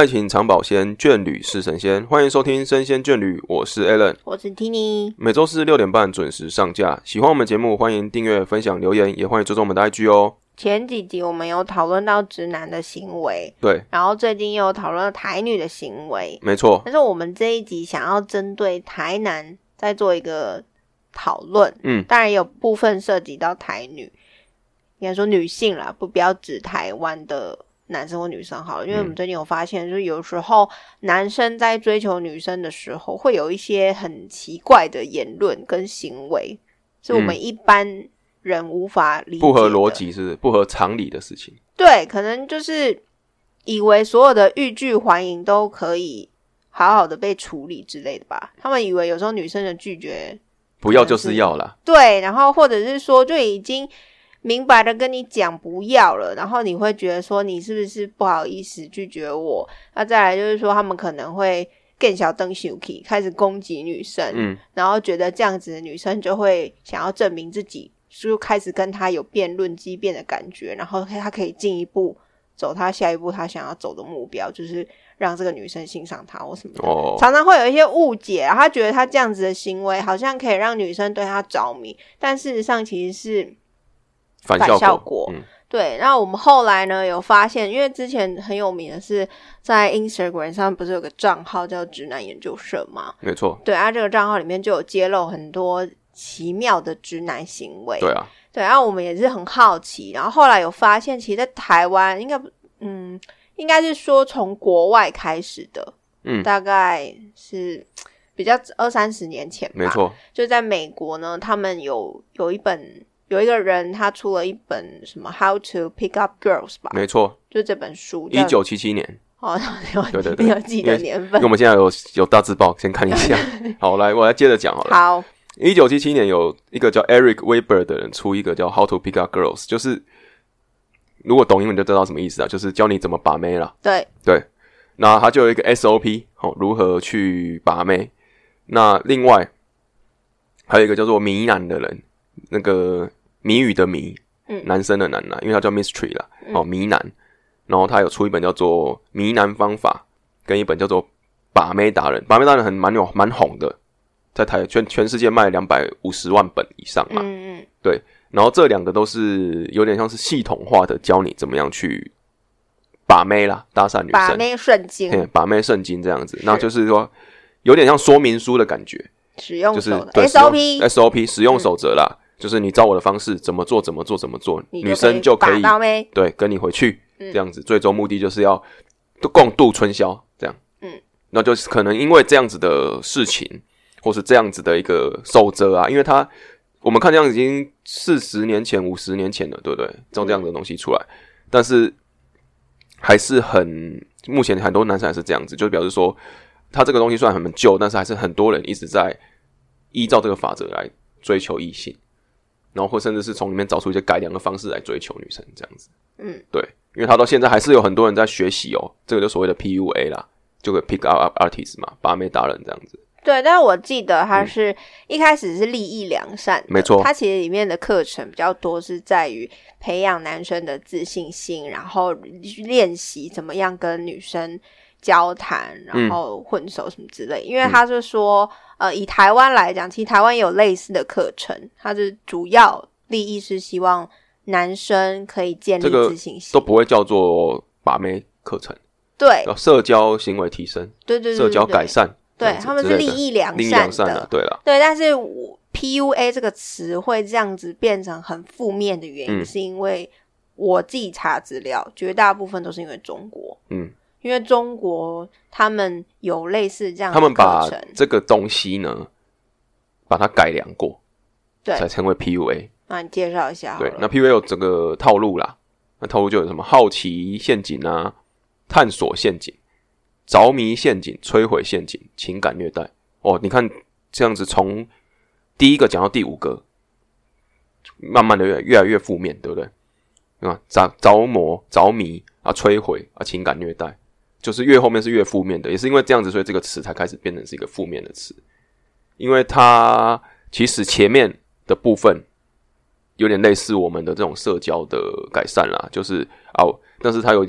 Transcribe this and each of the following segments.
爱情长保鲜，眷侣是神仙。欢迎收听生鲜眷侣，我是 Alan， 我是 Tini， 每周四6点半准时上架。喜欢我们节目，欢迎订阅、分享、留言，也欢迎追踪我们的 IG 哦。 前几集我们有讨论到直男的行为， 对， 然后最近又有讨论到台女的行为， 没错。 但是我们这一集想要针对台男再做一个讨论，当然也有部分涉及到台女，应该说女性啦，不要指台湾的男生或女生好了，因为我们最近有发现，就是有时候男生在追求女生的时候，会有一些很奇怪的言论跟行为，是我们一般人无法理解的， 不合逻辑，是不合常理的事情。 对，可能就是以为所有的欲拒还迎都可以好好的被处理之类的吧。他们以为有时候女生的拒绝不要就是要啦， 对，然后或者是说就已经明白的跟你讲不要了，然后你会觉得说你是不是不好意思拒绝我。那再来就是说他们可能会更小灯生气，开始攻击女生，然后觉得这样子的女生就会想要证明自己，就开始跟他有辩论激辩的感觉，然后他可以进一步走他下一步他想要走的目标，就是让这个女生欣赏他或什么的。常常会有一些误解，他觉得他这样子的行为好像可以让女生对他着迷，但事实上其实是反效果。对，那我们后来呢有发现，因为之前很有名的是在 Instagram 上不是有个账号叫直男研究社吗？ 没错。 对啊，这个账号里面就有揭露很多奇妙的直男行为。 对啊， 对，然后我们也是很好奇，然后后来有发现，其实在台湾应该是说从国外开始的，大概是比较20-30年前吧。 没错， 就在美国呢，他们有一个人他出了一本什么 How to Pick Up Girls 吧。 没错， 就这本书 1977年。 对，你有记得年份， 因为我们现在有大字报，先看一下。好，我来接着讲好了。 好 ，1977年有一个叫 Eric Weber 的人出一个叫 How to Pick Up Girls， 就是如果懂英文就知道什么意思啊，就是教你怎么把妹啦。 对， 那他就有一个 SOP，如何去把妹。那另外还有一个叫做谜男的人，那个谜语的谜，男生的男啦，因为他叫 Mystery 啦，谜男。然后他有出一本叫做谜男方法，跟一本叫做把妹达人。把妹达人蛮红的，在全世界卖250万本以上嘛。对。然后这两个都是有点像是系统化的教你怎么样去把妹啦，搭讪女生， 把妹圣经， 把妹圣经这样子。那就是说有点像说明书的感觉， 使用手的、 就是 SOP 使用守则啦，就是你照我的方式怎么做，女生就可以把到妹， 对，跟你回去，这样子。最终目的就是要共度春宵，这样。那就是可能因为这样子的事情，或是这样子的一个守则啊，因为我们看这样已经40年前、50年前了，对不对？这样的东西出来，但是还是目前很多男生还是这样子，就表示说，他这个东西虽然很旧，但是还是很多人一直在依照这个法则来追求异性，然后或甚至是从里面找出一些改良的方式来追求女生，这样子。对，因为他到现在还是有很多人在学习哦，这个就所谓的 PUA 啦，就个 Pick Up Artist 嘛，把妹达人这样子。 对，但是我记得他是一开始是立意良善的， 没错。 他其实里面的课程比较多是在于培养男生的自信心，然后练习怎么样跟女生交谈，然后混熟什么之类。因为他是说，以台湾来讲，其实台湾也有类似的课程，他是主要立意是希望男生可以建立自信心， 这个都不会叫做把妹课程， 对， 叫社交行为提升， 对， 社交改善。 对，他们是立意良善的， 对啦。 对，但是PUA 这个词会这样子变成很负面的原因，是因为我自己查资料，绝大部分都是因为中国，因为中国他们有类似这样的课程， 他们把这个东西呢，把它改良过， 对， 才成为 PUA。 那你介绍一下好了。 对，那 PUA 有整个套路啦，那套路就有什么好奇陷阱啊、探索陷阱、着迷陷阱、摧毁陷阱、情感虐待。你看这样子，从第一个讲到第5个，慢慢的越来越负面，对不对？着魔、着迷啊、摧毁啊、情感虐待，就是越后面是越负面的，也是因为这样子，所以这个词才开始变成是一个负面的词。因为它其实前面的部分有点类似我们的这种社交的改善啦，就是但是它有点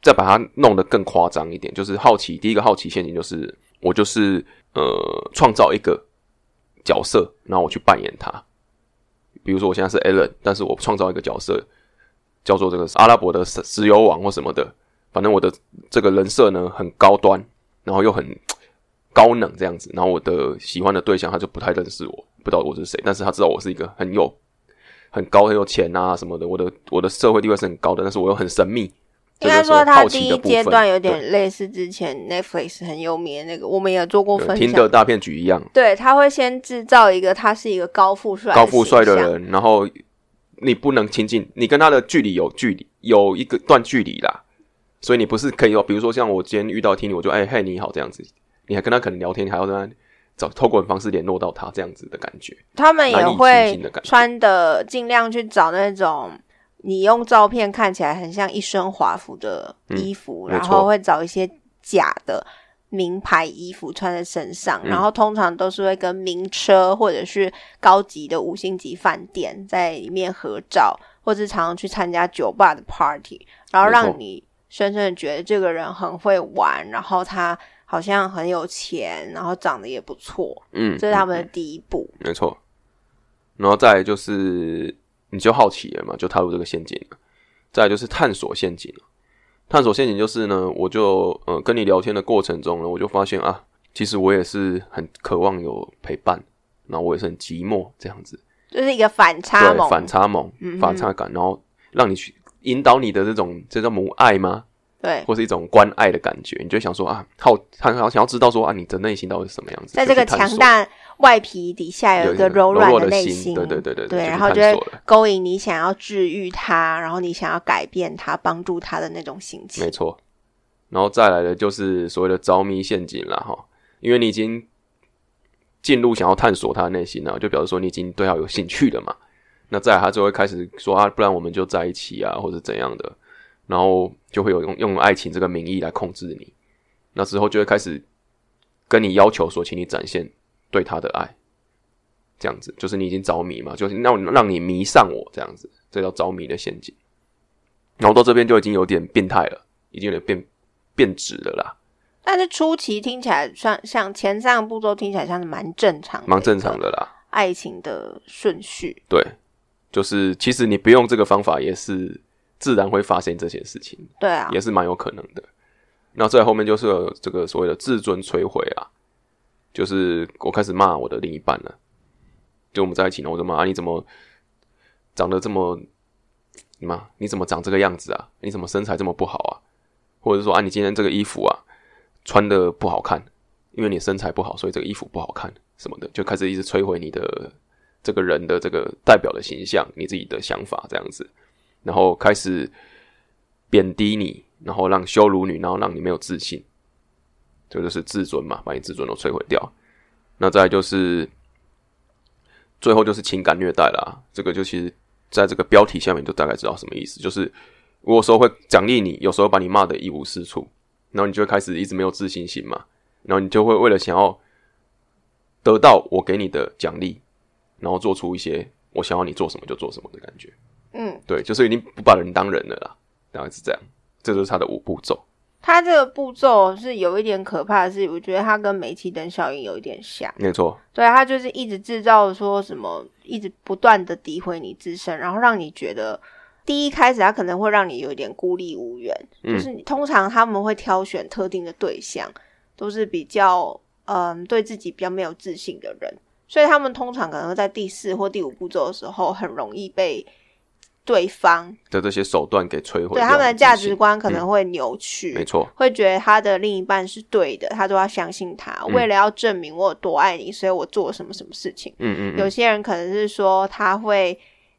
再把它弄得更夸张一点，就是第一个好奇陷阱就是我就是创造一个角色，然后我去扮演他。比如说我现在是 Alan， 但是我创造一个角色叫做这个阿拉伯的石油王或什么的，反正我的这个人设呢很高端，然后又很高冷这样子，然后我的喜欢的对象他就不太认识我，不知道我是谁，但是他知道我是一个很高很有钱啊什么的，我的社会地位是很高的，但是我又很神秘。 应该说他第一阶段有点类似之前 Netflix 很有名的那个，我们也做过分享， 听的大骗局一样。 对，他会先制造一个他是一个高富帅的人，然后你不能亲近，你跟他的距离有一个段距离啦，所以你不是可以比如说像我今天遇到Tini，我就嘿你好这样子，你还跟他可能聊天，你还要跟他透过方式联络到他这样子的感觉。 他们也会穿的尽量去找那种你用照片看起来很像一身华服的衣服，然后会找一些假的名牌衣服穿在身上，然后通常都是会跟名车或者是高级的5星级饭店在里面合照，或是常常去参加酒吧的 party， 然后让你深深的觉得这个人很会玩，然后他好像很有钱，然后长得也不错。这是他们的第一步。 没错。然后再来就是你就好奇了嘛，就踏入这个陷阱了。再来就是探索陷阱了。探索陷阱就是呢，我就跟你聊天的过程中呢，我就发现啊，其实我也是很渴望有陪伴，然后我也是很寂寞这样子， 就是一个反差萌， 对，反差感，然后让你去引导你的这叫母爱吗？ 对， 或是一种关爱的感觉，你就会想说啊，想要知道说啊，你的内心到底是什么样子， 在这个强大外皮底下有一个柔软的内心， 对， 然后就会勾引你想要治愈他，然后你想要改变他，帮助他的那种心情。 没错。然后再来的就是所谓的着迷陷阱啦齁，因为你已经进入想要探索他的内心了，就表示说你已经对他有兴趣了嘛。那再来他就会开始说啊，不然我们就在一起啊，或者怎样的，然后就会有用爱情这个名义来控制你。那之后就会开始跟你要求说，请你展现对他的爱，这样子就是你已经着迷嘛，就是让你迷上我这样子，这叫着迷的陷阱。然后到这边就已经有点变态了，已经有点变质了啦。 但是初期听起来像前3个步骤听起来像是蛮正常的啦， 爱情的顺序。 对，就是其实你不用这个方法也是自然会发生这些事情， 对啊， 也是蛮有可能的。然后在后面就是有这个所谓的自尊摧毁啊，就是我开始骂我的另一半了，就我们在一起呢，我就骂你怎么长得这么你怎么长这个样子啊？你怎么身材这么不好啊？或者是说啊，你今天这个衣服啊穿的不好看，因为你身材不好，所以这个衣服不好看什么的，就开始一直摧毁你的这个人的这个代表的形象，你自己的想法这样子，然后开始贬低你，然后羞辱你，然后让你没有自信，这就是自尊嘛，把你自尊都摧毁掉。那再来就是最后就是情感虐待啦，这个就其实在这个标题下面就大概知道什么意思，就是我有时候会奖励你，有时候把你骂得一无是处，然后你就会开始一直没有自信心嘛，然后你就会为了想要得到我给你的奖励，然后做出一些我想要你做什么就做什么的感觉。对，就是已经不把人当人了啦，大概是这样。这就是他的5步骤。 他这个步骤是有一点可怕的是，我觉得他跟煤气灯效应有一点像。 没错， 对，他就是一直制造说什么，一直不断的诋毁你自身，然后让你觉得第一开始他可能会让你有一点孤立无援，就是通常他们会挑选特定的对象，都是比较对自己比较没有自信的人，所以他们通常可能会在第4或第5步骤的时候很容易被对方的这些手段给摧毁， 对他们的价值观可能会扭曲， 没错， 会觉得他的另一半是对的，他都要相信他，为了要证明我有多爱你，所以我做了什么什么事情。有些人可能是说他会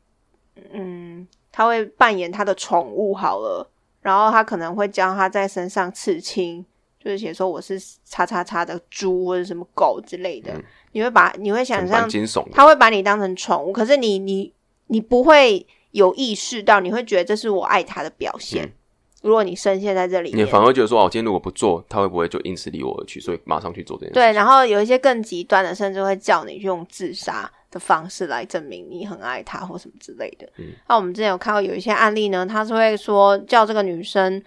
扮演他的宠物好了，然后他可能会教他在身上刺青，就是写说我是叉叉叉的猪或者什么狗之类的，你会想象他会把你当成宠物，可是你不会有意识到，你会觉得这是我爱他的表现。如果你深陷在这里面， 你反而会觉得说，今天如果不做，他会不会就因此离我而去？所以马上去做这件事。 对，然后有一些更极端的，甚至会叫你用自杀的方式来证明你很爱他或什么之类的。那我们之前有看到有一些案例呢，他是会说叫这个女生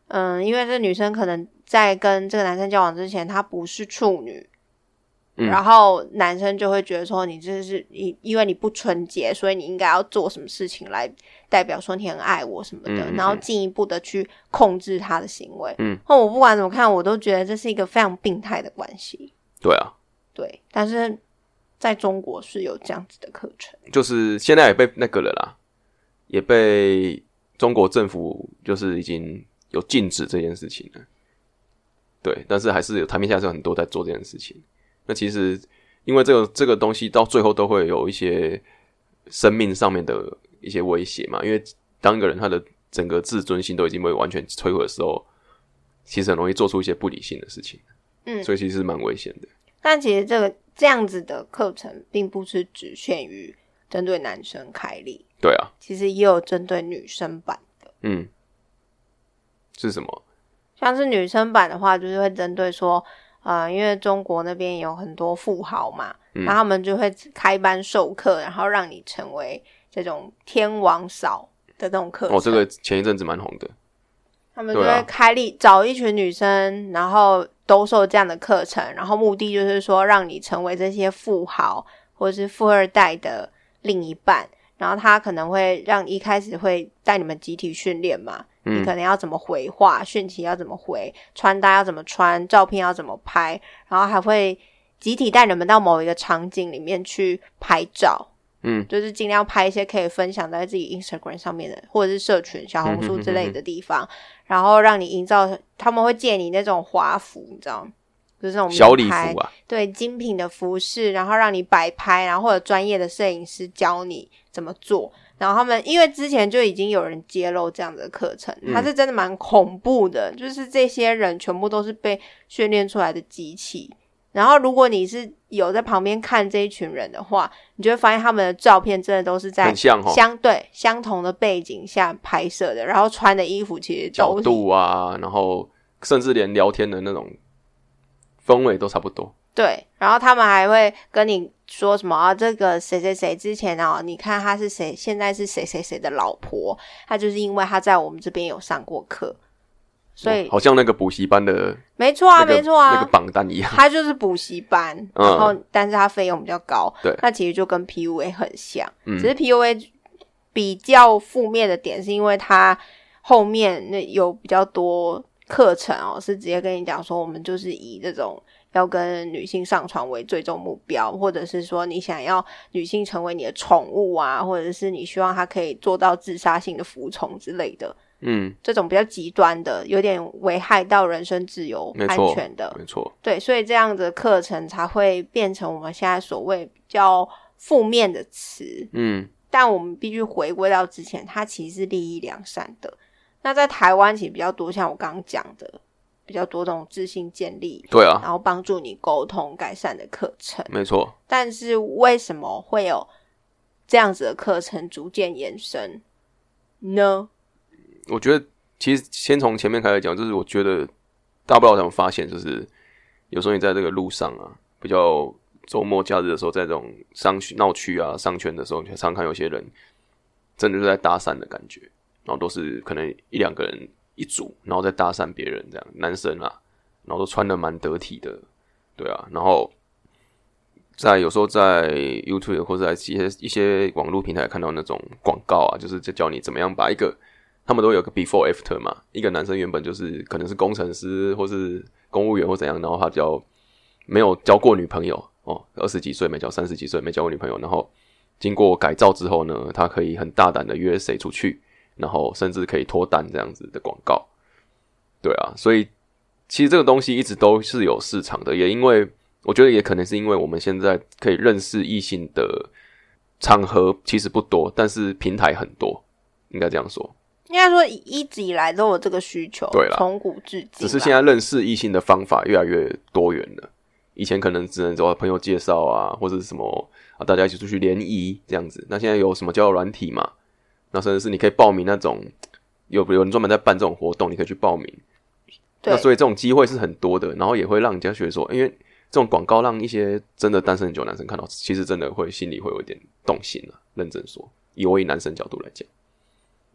因为这女生可能在跟这个男生交往之前，她不是处女，然后男生就会觉得说你这是因为你不纯洁，所以你应该要做什么事情来代表说你很爱我什么的，然后进一步的去控制他的行为。那我不管怎么看，我都觉得这是一个非常病态的关系。 对啊， 对，但是在中国是有这样子的课程， 就是现在也被那个了啦，也被中国政府就是已经有禁止这件事情了。对，但是还是有台面下是有很多在做这件事情。那其实因为这个东西到最后都会有一些生命上面的一些威胁嘛，因为当一个人他的整个自尊心都已经被完全摧毁的时候，其实很容易做出一些不理性的事情。所以其实蛮危险的。 但其实这样子的课程并不是只限于针对男生开立。 对啊， 其实也有针对女生版的。 是什么？ 像是女生版的话，就是会针对说因为中国那边有很多富豪嘛，然后他们就会开班授课，然后让你成为这种天王嫂的那种课程。 这个前一阵子蛮红的。 他们就会开立找一群女生，然后都受这样的课程，然后目的就是说让你成为这些富豪或者是富二代的另一半，然后他可能会让一开始会带你们集体训练嘛，你可能要怎么回话，讯息要怎么回，穿搭要怎么穿，照片要怎么拍，然后还会集体带你们到某一个场景里面去拍照。就是尽量拍一些可以分享在自己 Instagram 上面的，或者是社群小红书之类的地方，然后让你营造，他们会借你那种华服，你知道吗？就是那种小礼服啊， 对，精品的服饰，然后让你摆拍，然后或者专业的摄影师教你怎么做。然后他们因为之前就已经有人揭露这样的课程，它是真的蛮恐怖的，就是这些人全部都是被训练出来的机器。然后如果你是有在旁边看这一群人的话，你就会发现他们的照片真的都是在很像相同的背景下拍摄的，然后穿的衣服其实都是角度啊，然后甚至连聊天的那种氛围都差不多。 对，然后他们还会跟你说什么这个谁谁谁之前你看他是谁，现在是谁谁谁的老婆，他就是因为他在我们这边有上过课，所以好像那个补习班的， 没错啊，没错啊， 那个榜单一样， 他就是补习班，然后但是他费用比较高， 对， 那其实就跟 PUA 很像，只是 PUA 比较负面的点是因为他后面有比较多课程是直接跟你讲说，我们就是以这种要跟女性上床为最终目标，或者是说你想要女性成为你的宠物啊，或者是你希望她可以做到自杀性的服从之类的。这种比较极端的，有点危害到人身自由安全的， 没错， 对，所以这样的课程才会变成我们现在所谓比较负面的词。但我们必须回归到之前，它其实是利益良善的。那在台湾其实比较多，像我刚刚讲的，比较多这种自信建立， 对啊， 然后帮助你沟通改善的课程， 没错。 但是为什么会有这样子的课程逐渐延伸呢？ 我觉得其实先从前面开始讲，就是我觉得大家不知道怎么发现，就是有时候你在这个路上啊，比较周末假日的时候，在这种闹区啊商圈的时候，你常看有些人真的是在搭讪的感觉，然后都是可能一两个人一组，然后再搭讪别人这样，男生啊，然后都穿得蛮得体的，对啊，然后有时候在 YouTube 或者在一些网络平台看到那种广告啊，就是在教你怎么样把他们都有个 before after 嘛，一个男生原本就是可能是工程师或是公务员或怎样，然后他没有交过女朋友20几岁没交30几岁没交过女朋友，然后经过改造之后呢，他可以很大胆的约谁出去，然后甚至可以脱单这样子的广告。对啊，所以其实这个东西一直都是有市场的，也因为我觉得也可能是因为我们现在可以认识异性的场合其实不多，但是平台很多，应该这样说。 应该说一直以来都有这个需求， 对啦， 从古至今。 只是现在认识异性的方法越来越多元了。以前可能只能找朋友介绍啊，或者是什么大家一起出去联谊这样子。那现在有什么交友软体嘛？那甚至是你可以报名那种有人专门在办这种活动，你可以去报名。那所以这种机会是很多的，然后也会让人家觉得说，因为这种广告让一些真的单身很久的男生看到，其实真的会心里会有一点动心了。认真说，以男生角度来讲。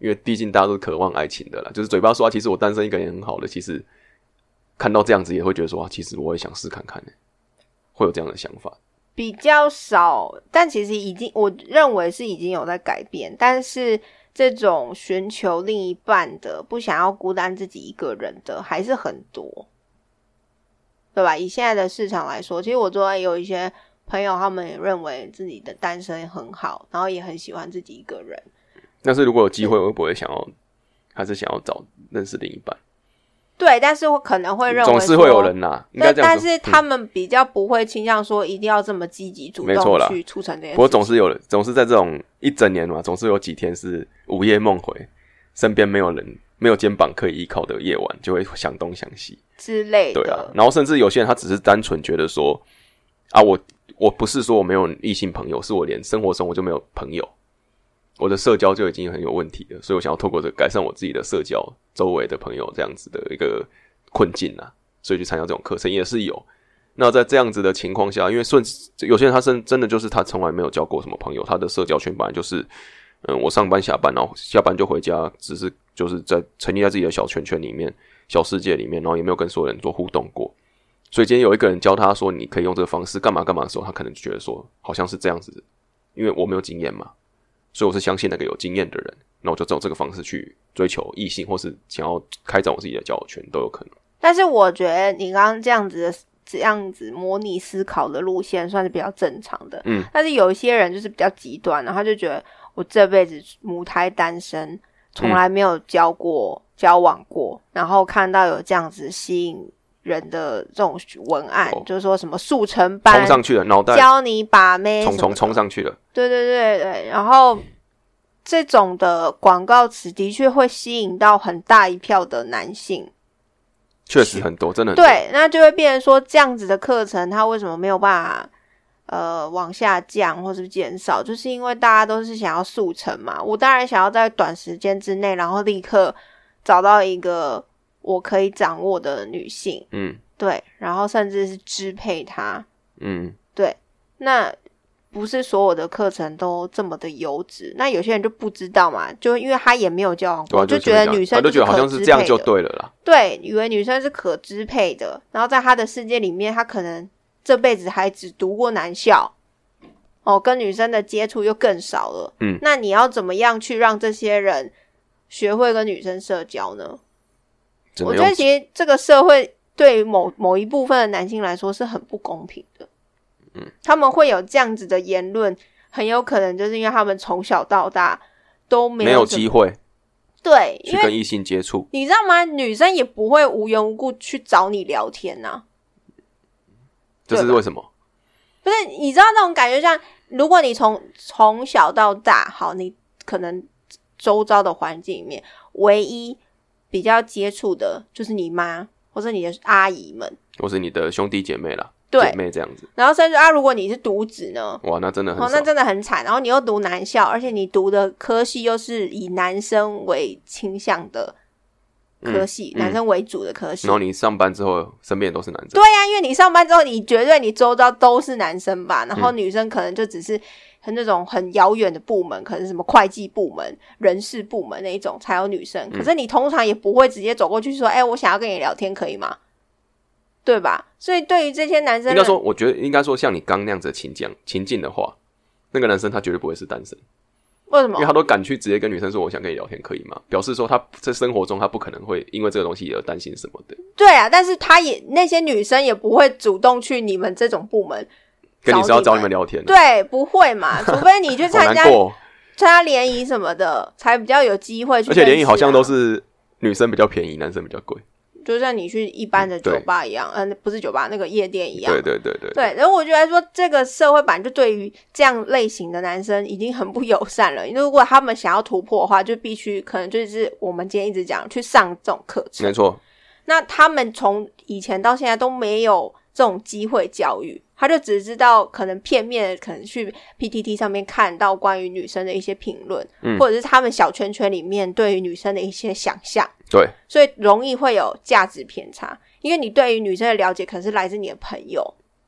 因为毕竟大家都是渴望爱情的啦，就是嘴巴说其实我单身一个人也很好的，其实看到这样子也会觉得说其实我也想试看看会有这样的想法。 比较少，但其实我认为是已经有在改变，但是这种寻求另一半的，不想要孤单自己一个人的还是很多，对吧？以现在的市场来说，其实我周围有一些朋友，他们也认为自己的单身很好，然后也很喜欢自己一个人。 但是如果有机会，我会不会还是想要找认识另一半？ 对，但是我可能会认为总是会有人应该这样说。 但是他们比较不会倾向说一定要这么积极主动去促成这件事情。 不过总是在这种一整年嘛，总是有几天是午夜梦回，身边没有人，没有肩膀可以依靠的夜晚，就会想东想西之类的。 对啊，然后甚至有些人他只是单纯觉得说我不是说我没有异性朋友，是我连生活中我就没有朋友，我的社交就已经很有问题了，所以我想要透过这个改善我自己的社交，周围的朋友这样子的一个困境啊，所以去参加这种课程也是有。那在这样子的情况下，因为有些人他真的就是他从来没有交过什么朋友，他的社交圈本来就是我上班下班，然后下班就回家，只是就是在沉溺在自己的小圈圈里面、小世界里面，然后也没有跟所有人做互动过。所以今天有一个人教他说你可以用这个方式干嘛干嘛的时候，他可能就觉得说好像是这样子，因为我没有经验嘛，所以我是相信那个有经验的人，那我就照这个方式去追求异性，或是想要开展我自己的交友圈都有可能。 但是我觉得你刚刚这样子模拟思考的路线算是比较正常的，但是有一些人就是比较极端，然后他就觉得我这辈子母胎单身，从来没有交往过，然后看到有这样子吸引人的这种文案，就是说什么速成班冲上去了，脑袋教你把妹冲上去了， 对，然后这种的广告词的确会吸引到很大一票的男性， 确实很多，真的很多。 对，那就会变成说这样子的课程它为什么没有办法往下降或是减少，就是因为大家都是想要速成嘛。我当然想要在短时间之内然后立刻找到一个我可以掌握的女性，对，然后甚至是支配她，对，那不是所有的课程都这么的优质，那有些人就不知道嘛，就因为他也没有交往过，就觉得女生就觉得好像是这样就对了啦， 对，以为女生是可支配的，然后在他的世界里面，他可能这辈子还只读过男校，跟女生的接触又更少了，那你要怎么样去让这些人学会跟女生社交呢？我觉得其实这个社会对于某一部分的男性来说是很不公平的，他们会有这样子的言论，很有可能就是因为他们从小到大都没有机会， 对， 去跟异性接触， 你知道吗？女生也不会无缘无故去找你聊天啊， 这是为什么？ 不是，你知道那种感觉，像如果你从小到大，好，你可能周遭的环境里面唯一比较接触的就是你妈或者你的阿姨们， 或是你的兄弟姐妹啦， 对， 姐妹这样子。 然后甚至如果你是独子呢， 哇，那真的很少， 那真的很惨。然后你又读男校，而且你读的科系又是以男生为倾向的科系，男生为主的科系。 然后你上班之后，身边也都是男生。 对啊，因为你上班之后，你绝对你周遭都是男生吧，然后女生可能就只是那种很遥远的部门，可能什么会计部门、人事部门那一种才有女生。可是你通常也不会直接走过去说：“我想要跟你聊天，可以吗？”对吧？所以对于这些男生， 应该说，我觉得应该说，像你刚那样子的情境的话，那个男生他绝对不会是单身。 为什么？ 因为他都敢去直接跟女生说：“我想跟你聊天，可以吗？”表示说他在生活中他不可能会因为这个东西而担心什么的。 对啊，但是那些女生也不会主动去你们这种部门跟你说要找你们聊天。 对，不会嘛？除非你去参加联谊什么的，才比较有机会去。 而且联谊好像都是女生比较便宜，男生比较贵。 就像你去一般的酒吧一样，不是酒吧，那个夜店一样。 对， 然后我觉得说这个社会版就对于这样类型的男生已经很不友善了。因为如果他们想要突破的话，就必须可能就是我们今天一直讲去上这种课程。 没错。 那他们从以前到现在都没有这种机会教育，他就只知道可能片面可能去 PTT 上面看到关于女生的一些评论，或者是他们小圈圈里面对于女生的一些想象。 对， 所以容易会有价值偏差，因为你对于女生的了解可能是来自你的朋友，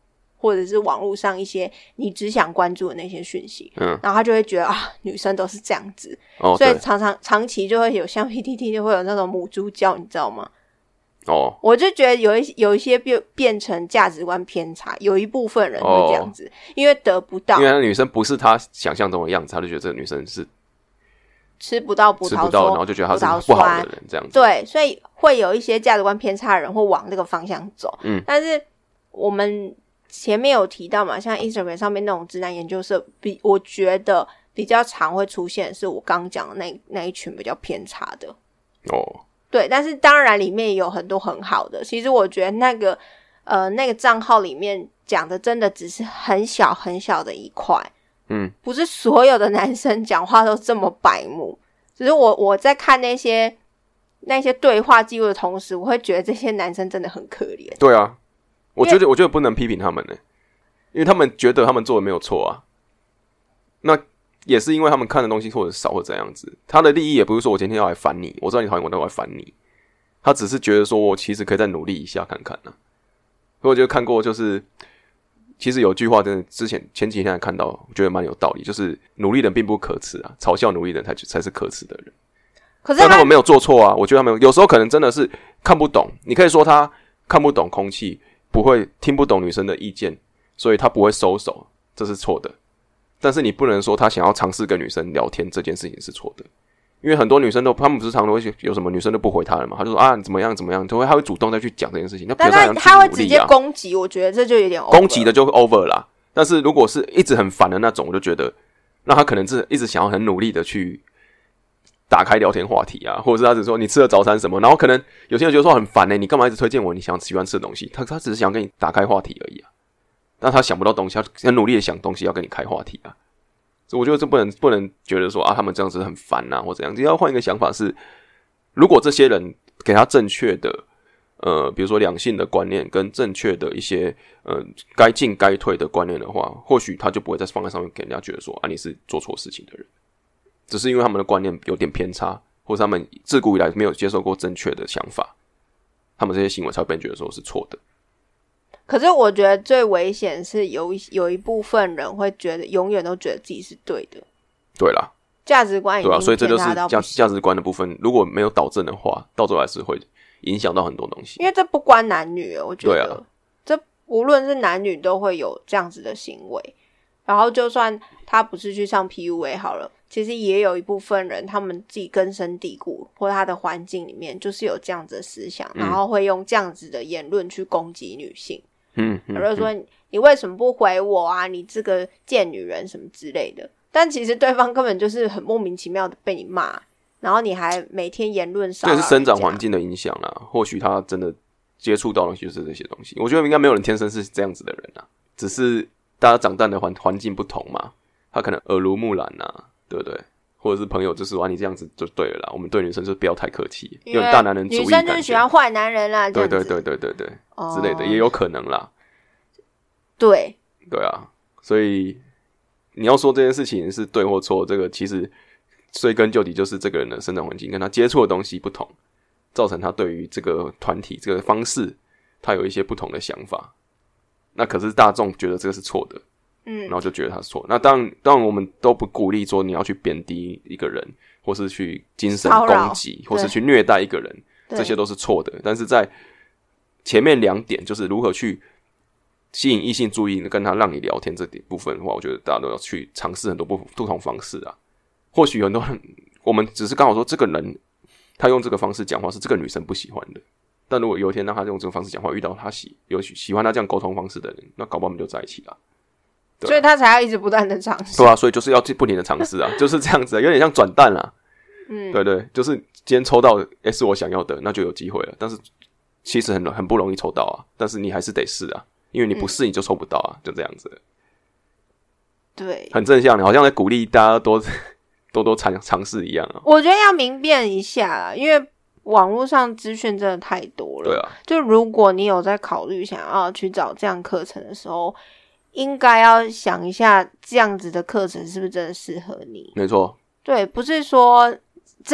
或者是网络上一些你只想关注的那些讯息，然后他就会觉得女生都是这样子，所以长期就会有像 PTT 就会有那种母猪教，你知道吗？我就觉得有一些变成价值观偏差，有一部分人会这样子，因为得不到， 因为那女生不是他想象中的样子，他就觉得这个女生是吃不到葡萄说， 然后就觉得他是不好的人这样子。 对，所以会有一些价值观偏差的人会往这个方向走。但是我们前面有提到嘛，像 Instagram 上面那种直男研究社，我觉得比较常会出现的是我刚刚讲的那一群比较偏差的。对，但是当然里面也有很多很好的。其实我觉得那个账号里面讲的真的只是很小很小的一块。不是所有的男生讲话都这么白目，只是我在看那些对话记录的同时，我会觉得这些男生真的很可怜。 对啊，我觉得不能批评他们呢，因为他们觉得他们做的没有错啊。那也是因为他们看的东西或者少或怎样子，他的利益也不是说我今天要来烦你，我知道你讨厌我，但我要烦你。他只是觉得说我其实可以再努力一下看看啊。所以我就看过，就是其实有句话真的之前前几天还看到，我觉得蛮有道理，就是努力的人并不可耻啊，嘲笑努力的人才是可耻的人。 可是他们没有做错啊，我觉得他们有时候可能真的是看不懂，你可以说他看不懂空气，不会听不懂女生的意见，所以他不会收手，这是错的。但是你不能说他想要尝试跟女生聊天这件事情是错的，因为很多女生他们不是常都会有什么女生都不回他了嘛，他就说怎么样怎么样，他会主动再去讲这件事情。 但他会直接攻击，我觉得这就有点 over， 攻击的就 over 啦。但是如果是一直很烦的那种，我就觉得那他可能是一直想要很努力的去打开聊天话题啊，或者是他只说你吃了早餐什么，然后可能有些人觉得说很烦你干嘛一直推荐我你喜欢吃的东西，他只是想跟你打开话题而已啊。但他想不到东西，他很努力的想东西要跟你开话题啊。所以我觉得这不能觉得说他们这样子很烦啊或怎样，要换一个想法是，如果这些人给他正确的比如说两性的观念跟正确的一些该进该退的观念的话，或许他就不会在放在上面给人家觉得说你是做错事情的人，只是因为他们的观念有点偏差，或是他们自古以来没有接受过正确的想法，他们这些行为才会被人觉得说是错的。 可是我觉得最危险是有一部分人会觉得永远都觉得自己是对的。 对啦， 价值观已经对啊，所以这就是价值观的部分，如果没有导正的话，到最后还是会影响到很多东西。 因为这不关男女，我觉得这无论是男女都会有这样子的行为。然后就算他不是去上 PUA 好了，其实也有一部分人他们自己根深蒂固，或他的环境里面就是有这样子的思想，然后会用这样子的言论去攻击女性。比如说你为什么不回我啊，你这个贱女人什么之类的，但其实对方根本就是很莫名其妙的被你骂，然后你还每天言论骚扰。这是生长环境的影响啦，或许他真的接触到的就是这些东西。我觉得应该没有人天生是这样子的人啊，只是大家长大的环境不同嘛，他可能耳濡目染啊，对不对？或者是朋友就是你这样子就对了啦，我们对女生就不要太客气，有点大男人主义感觉， 女生就是喜欢坏男人啦， 对之类的也有可能啦。对啊，所以你要说这件事情是对或错，这个其实追根究底就是这个人的生长环境跟他接触的东西不同，造成他对于这个团体这个方式他有一些不同的想法。那可是大众觉得这个是错的，然后就觉得他是错。那当然我们都不鼓励说你要去贬低一个人，或是去精神攻击，或是去虐待一个人，这些都是错的。但是在前面两点，就是如何去吸引异性注意，跟他让你聊天这点部分的话，我觉得大家都要去尝试很多不同方式啊。或许很多人，我们只是刚好说这个人他用这个方式讲话是这个女生不喜欢的。但如果有一天让他用这个方式讲话，遇到他喜欢他这样沟通方式的人，那搞不好我们就在一起了。 所以他才要一直不断的尝试。 对啊，所以就是要不停的尝试啊，就是这样子啊，有点像转蛋啦。对，就是今天抽到是我想要的，那就有机会了。但是其实很不容易抽到啊，但是你还是得试啊，因为你不试你就抽不到啊，就这样子。 对， 很正向，好像在鼓励大家多尝试一样啊。 我觉得要明辨一下啦，因为网络上资讯真的太多了。 对啊， 就如果你有在考虑想要去找这样课程的时候，应该要想一下这样子的课程是不是真的适合你。 没错， 对，不是说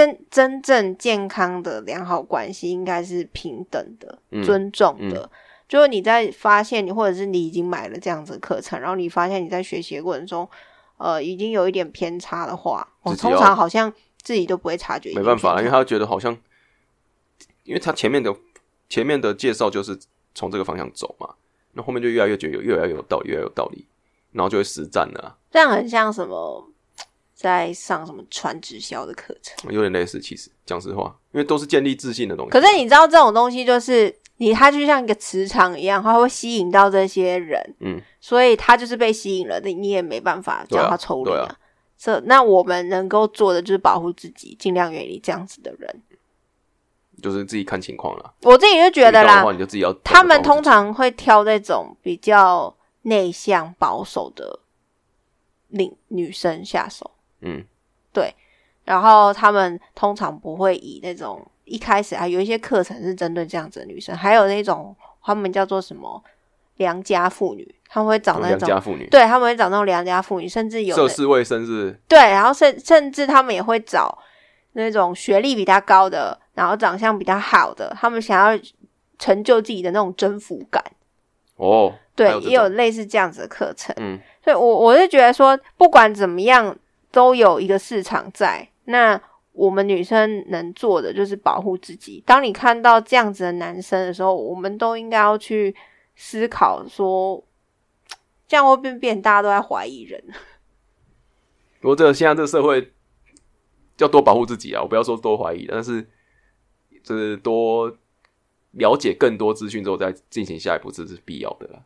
真正健康的良好关系应该是平等的、尊重的。 就是你在发现或者是你已经买了这样子的课程，然后你发现你在学习的过程中已经有一点偏差的话，通常好像自己都不会察觉。 没办法啦，因为他觉得好像因为他前面的介绍就是从这个方向走嘛，那后面就越来越觉得越来越有道理，越来越有道理，然后就会实战了啊。 这样很像什么在上什么传直销的课程， 有点类似，其实讲实话，因为都是建立自信的东西。 可是你知道这种东西就是它就像一个磁场一样，它会吸引到这些人，所以他就是被吸引了，你也没办法叫他抽离啊。那我们能够做的就是保护自己，尽量远离这样子的人。 就是自己看情况啦。 我自己就觉得啦， 你就自己要他们通常会挑那种比较内向保守的女生下手。对。然后他们通常不会以那种一开始有一些课程是针对这样子的女生，还有那种他们叫做什么良家妇女，他们会找那种良家妇女， 对，他们会找那种良家妇女，甚至有涉世未深是， 对，然后甚至他们也会找那种学历比较高的，然后长相比较好的，他们想要成就自己的那种征服感。 哦， 对，也有类似这样子的课程。所以我是觉得说，不管怎么样，都有一个市场在。那我们女生能做的就是保护自己。当你看到这样子的男生的时候，我们都应该要去思考说，这样会不会变大家都在怀疑人？ 不过现在这个社会要多保护自己啊，我不要说多怀疑，但是就是多了解更多资讯之后再进行下一步，这是必要的啦。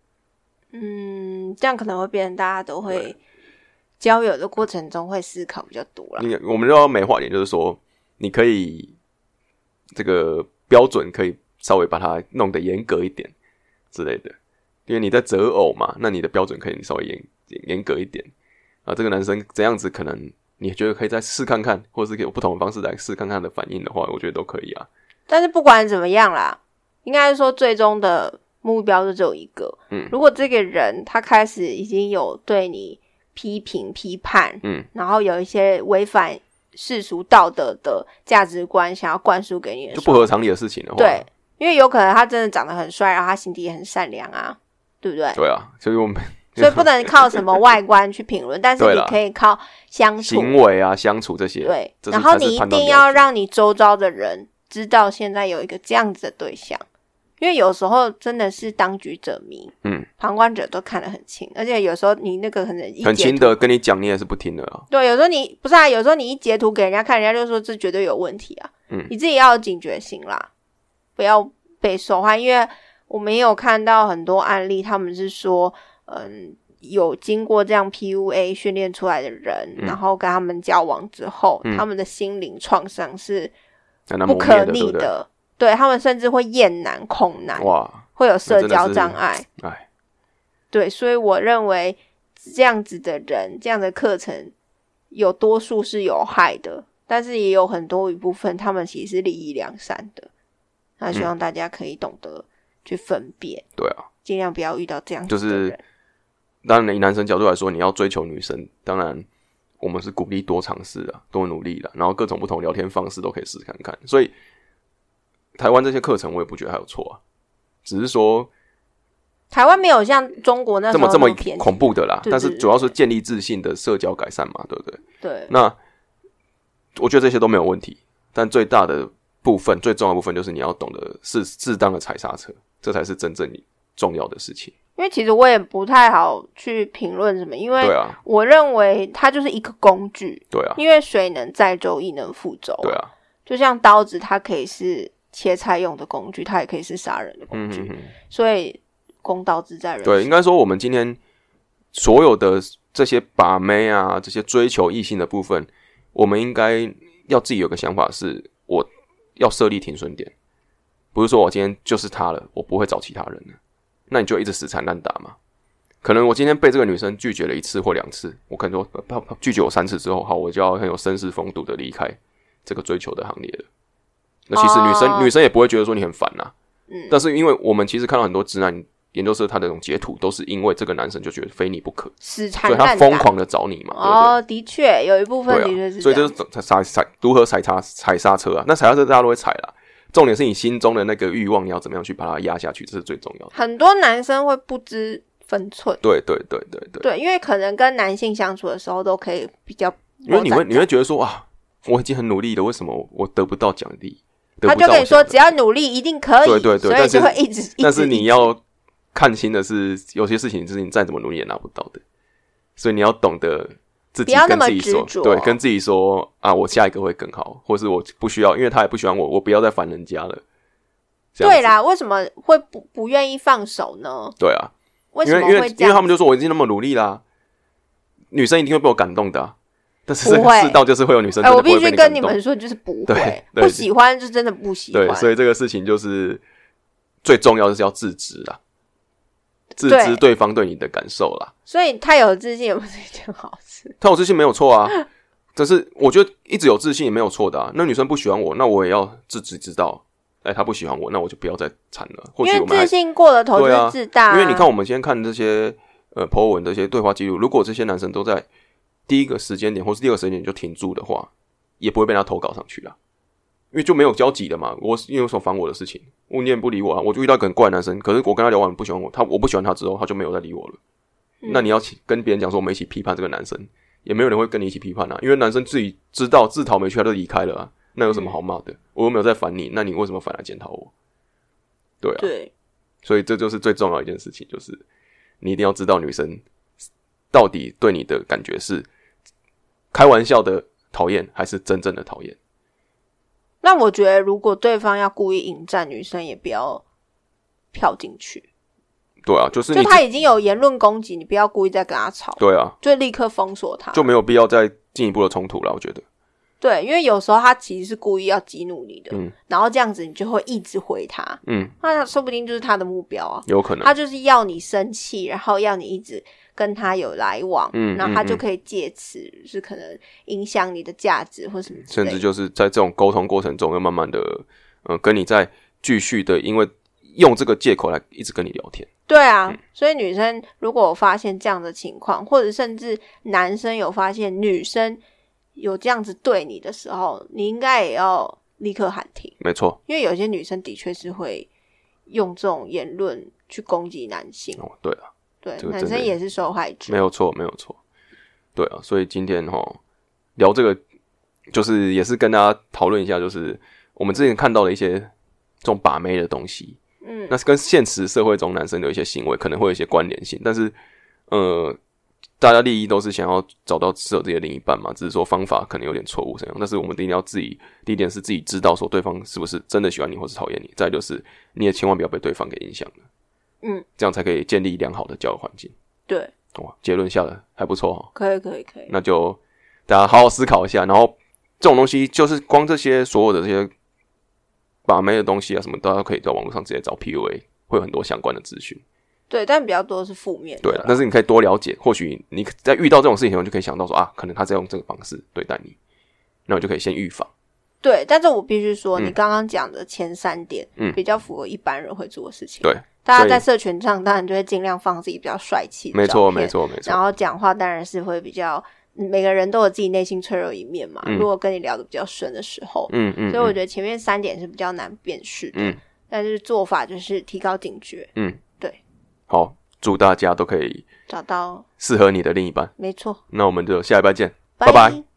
这样可能会变成大家都会交友的过程中会思考比较多啦。 我们就要美化点，就是说你可以这个标准可以稍微把它弄得严格一点之类的，因为你在择偶嘛，那你的标准可以稍微严格一点啊。这个男生怎样子，可能你觉得可以再试看看，或者是有不同的方式来试看看的反应的话，我觉得都可以啊。 但是不管怎么样啦，应该是说最终的目标就只有一个。如果这个人他开始已经有对你批评批判，然后有一些违反世俗道德的价值观想要灌输给你的时候， 就不合常理的事情的话， 对，因为有可能他真的长得很帅，然后他心地也很善良啊，对不对？ 对啊，所以不能靠什么外观去评论，但是你可以靠相处、 行为啊、相处这些。 对，然后你一定要让你周遭的人知道现在有一个这样子的对象，因为有时候真的是当局者迷，旁观者都看得很清，而且有时候你那个可能很轻的跟你讲，你也是不听的啊。 对，有时候你不是啊，有时候你一截图给人家看，人家就说这绝对有问题啊。你自己要有警觉心啦，不要被受害，因为我们也有看到很多案例，他们是说有经过这样 PUA 训练出来的人，然后跟他们交往之后，他们的心灵创伤是不可逆的，对，他们甚至会厌男恐男，会有社交障碍。对，所以我认为这样子的人，这样的课程有多数是有害的，但是也有很多一部分他们其实是利益良善的。那希望大家可以懂得去分辨， 对啊， 尽量不要遇到这样子的人。 就是当然以男生角度来说，你要追求女生，当然我们是鼓励多尝试啊，多努力啦，然后各种不同聊天方式都可以试看看。所以台湾这些课程我也不觉得还有错啊，只是说台湾没有像中国那时候这么恐怖的啦， 对对对， 但是主要是建立自信的社交改善嘛，对不对？ 对。 那我觉得这些都没有问题，但最大的部分、最重要的部分就是你要懂得适当的踩刹车，这才是真正重要的事情。 因为其实我也不太好去评论什么，因为我认为它就是一个工具。 对啊， 因为水能载舟，亦能覆舟。 对啊， 就像刀子，它可以是切菜用的工具，它也可以是杀人的工具。所以公道自在人心。 对，应该说我们今天所有的这些把妹啊，这些追求异性的部分，我们应该要自己有个想法，是我要设立停损点，不是说我今天就是他了，我不会找其他人了。那你就一直死缠烂打嘛。可能我今天被这个女生拒绝了1次或2次，我可能说拒绝我3次之后，好，我就要很有绅士风度的离开这个追求的行列了。那其实女生也不会觉得说你很烦啊。但是因为我们其实看到很多直男研究社他的那种截图，都是因为这个男生就觉得非你不可， 死缠烂打， 所以他疯狂的找你嘛。 哦，的确有一部分的确是这样， 所以就是如何踩刹车啊。那踩刹车大家都会踩啦， 重点是你心中的那个欲望，你要怎么样去把它压下去，这是最重要的。 很多男生会不知分寸， 对， 因为可能跟男性相处的时候都可以比较， 因为你会觉得说啊，我已经很努力了，为什么我得不到奖励？ 他就跟你说，只要努力一定可以， 对， 所以就会一直。 但是你要看清的是，有些事情就是你再怎么努力也拿不到的，所以你要懂得自己跟自己说，对，跟自己说啊，我下一个会更好，或是我不需要，因为他也不喜欢我，我不要再烦人家了。 对啦，为什么会不愿意放手呢？ 对啊， 为什么会这样？ 因为他们就说我已经那么努力啦，女生一定会被我感动的啊。但是世道就是会有女生真的不会被你感动，我必须跟你们说，就是不会，不喜欢就真的不喜欢。 对，所以这个事情就是最重要的是要自知啦，自知对方对你的感受啦。 所以太有自信也不是一件好事。 太有自信没有错啊，但是我觉得一直有自信也没有错的啊。那女生不喜欢我，那我也要自知知道，她不喜欢我，那我就不要再缠了。或许我们因为自信过了头就是自大因为你看我们先看这些po 文的一些对话记录，如果这些男生都在第一个时间点或是第二个时间点就停住的话，也不会被他投稿上去啦，因为就没有交集了嘛。因为有什么烦我的事情，你也不理我啊。我就遇到一个很怪的男生，可是我跟他聊完不喜欢我，我不喜欢他之后，他就没有再理我了。那你要跟别人讲说我们一起批判这个男生，也没有人会跟你一起批判啊，因为男生自己知道自讨没趣，他就离开了啊。那有什么好骂的？我又没有在烦你，那你为什么反来检讨我？对啊， 对， 所以这就是最重要的一件事情，就是你一定要知道女生到底对你的感觉是开玩笑的讨厌还是真正的讨厌。 那我觉得如果对方要故意引战，女生也不要跳进去。 对啊，就他已经有言论攻击，你不要故意再跟他吵。 对啊， 就立刻封锁他， 就没有必要再进一步的冲突了，我觉得。 对，因为有时候他其实是故意要激怒你的，然后这样子你就会一直回他，那说不定就是他的目标啊， 有可能他就是要你生气，然后要你一直跟他有来往，然后他就可以借此是可能影响你的价值或什么之类的， 甚至就是在这种沟通过程中，又慢慢的跟你再继续的，因为用这个借口来一直跟你聊天。 对啊，所以女生如果有发现这样的情况，或者甚至男生有发现女生有这样子对你的时候，你应该也要立刻喊停。 没错， 因为有些女生的确是会用这种言论去攻击男性。 对啊， 对，男生也是受害者。 没有错。对啊，所以今天聊这个，就是也是跟大家讨论一下，就是我们之前看到的一些这种把妹的东西，那是跟现实社会中男生的一些行为可能会有一些关联性，但是大家利益都是想要找到适合自己的另一半嘛，只是说方法可能有点错误这样。但是我们一定要自己，第一点是自己知道说对方是不是真的喜欢你或是讨厌你，再来就是你也千万不要被对方给影响了，这样才可以建立良好的交友环境。 对， 结论下来还不错可以， 那就大家好好思考一下。然后这种东西就是光这些所有的这些把妹的东西啊什么，大家可以在网络上直接找 PUA， 会有很多相关的资讯。 对，但比较多是负面的。 对，但是你可以多了解，或许你在遇到这种事情后，就可以想到说啊，可能他在用这个方式对待你，那我就可以先预防。 对，但是我必须说，你刚刚讲的前3点，比较符合一般人会做的事情。 对， 大家在社群上当然就会尽量放自己比较帅气的照片， 没错。 然后讲话当然是会比较，每个人都有自己内心脆弱一面嘛。如果跟你聊得比较深的时候，所以我觉得前面3点是比较难辨识的。但是做法就是提高警觉。对。 好，祝大家都可以找到适合你的另一半。 没错。 那我们就下一拜见， 拜拜。